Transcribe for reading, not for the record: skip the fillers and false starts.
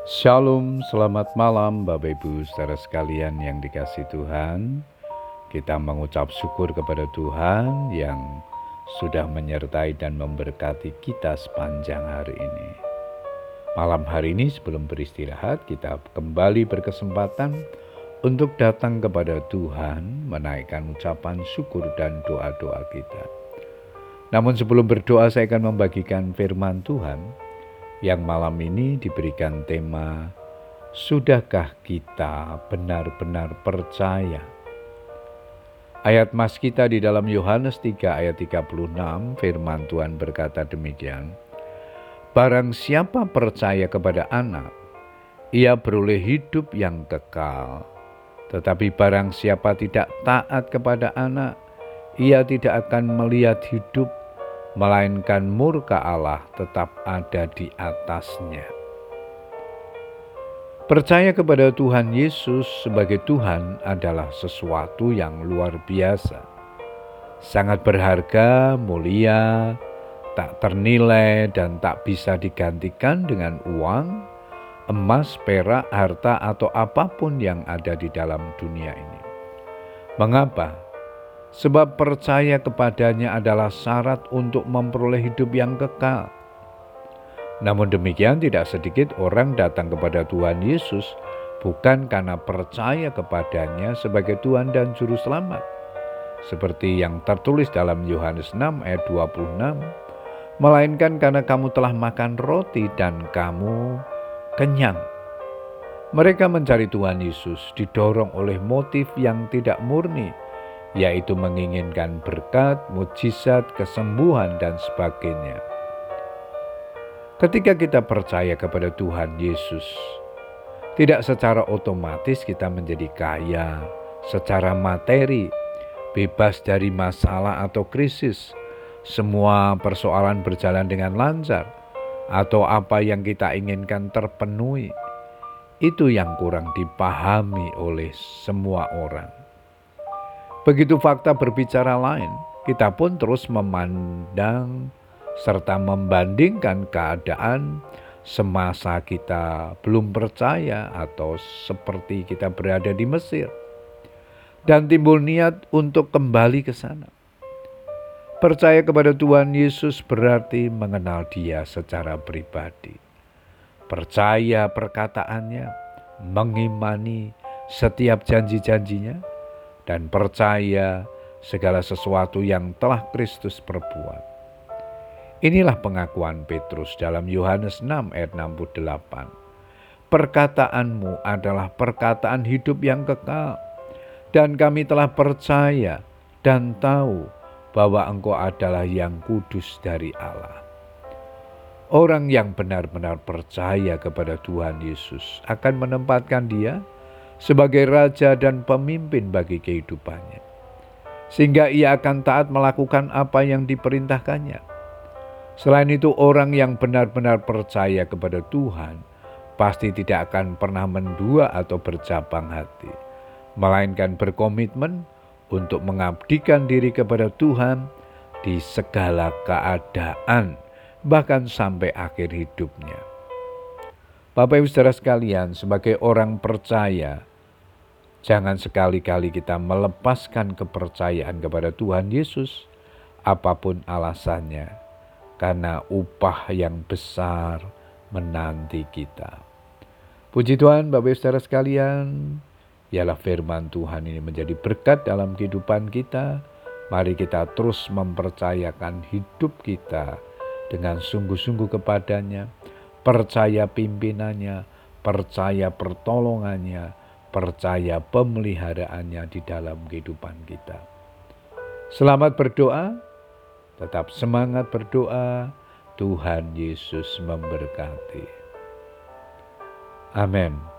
Shalom, selamat malam Bapak Ibu saudara sekalian yang dikasihi Tuhan. Kita mengucap syukur kepada Tuhan yang sudah menyertai dan memberkati kita sepanjang hari ini. Malam hari ini sebelum beristirahat kita kembali berkesempatan untuk datang kepada Tuhan, menaikkan ucapan syukur dan doa-doa kita. Namun sebelum berdoa saya akan membagikan firman Tuhan yang malam ini diberikan tema, sudahkah kita benar-benar percaya? Ayat mas kita di dalam Yohanes 3 ayat 36, firman Tuhan berkata demikian, barang siapa percaya kepada anak, ia beroleh hidup yang kekal. Tetapi barang siapa tidak taat kepada anak, ia tidak akan melihat hidup, melainkan murka Allah tetap ada di atasnya. Percaya kepada Tuhan Yesus sebagai Tuhan adalah sesuatu yang luar biasa. Sangat berharga, mulia, tak ternilai dan tak bisa digantikan dengan uang, emas, perak, harta atau apapun yang ada di dalam dunia ini. Mengapa? Sebab percaya kepadanya adalah syarat untuk memperoleh hidup yang kekal. Namun demikian tidak sedikit orang datang kepada Tuhan Yesus bukan karena percaya kepadanya sebagai Tuhan dan Juru Selamat. Seperti yang tertulis dalam Yohanes 6 ayat 26, melainkan karena kamu telah makan roti dan kamu kenyang. Mereka mencari Tuhan Yesus didorong oleh motif yang tidak murni, yaitu menginginkan berkat, mukjizat, kesembuhan, dan sebagainya. Ketika kita percaya kepada Tuhan Yesus, tidak secara otomatis kita menjadi kaya secara materi, bebas dari masalah atau krisis, semua persoalan berjalan dengan lancar, atau apa yang kita inginkan terpenuhi. Itu yang kurang dipahami oleh semua orang. Begitu fakta berbicara lain, kita pun terus memandang serta membandingkan keadaan semasa kita belum percaya atau seperti kita berada di Mesir. Dan timbul niat untuk kembali ke sana. Percaya kepada Tuhan Yesus berarti mengenal Dia secara pribadi. Percaya perkataannya, mengimani setiap janji-janjinya, dan percaya segala sesuatu yang telah Kristus perbuat. Inilah pengakuan Petrus dalam Yohanes 6 ayat 68. Perkataanmu adalah perkataan hidup yang kekal, dan kami telah percaya dan tahu bahwa Engkau adalah yang kudus dari Allah. Orang yang benar-benar percaya kepada Tuhan Yesus akan menempatkan Dia sebagai raja dan pemimpin bagi kehidupannya, sehingga ia akan taat melakukan apa yang diperintahkannya. Selain itu, orang yang benar-benar percaya kepada Tuhan pasti tidak akan pernah mendua atau bercabang hati, melainkan berkomitmen untuk mengabdikan diri kepada Tuhan di segala keadaan, bahkan sampai akhir hidupnya. Bapak Ibu saudara sekalian, sebagai orang percaya, jangan sekali-kali kita melepaskan kepercayaan kepada Tuhan Yesus, apapun alasannya, karena upah yang besar menanti kita. Puji Tuhan, Bapak Ibu saudara sekalian, ialah firman Tuhan ini menjadi berkat dalam kehidupan kita. Mari kita terus mempercayakan hidup kita dengan sungguh-sungguh kepadanya, percaya pimpinannya, percaya pertolongannya, percaya pemeliharaannya di dalam kehidupan kita. Selamat berdoa, tetap semangat berdoa, Tuhan Yesus memberkati. Amin.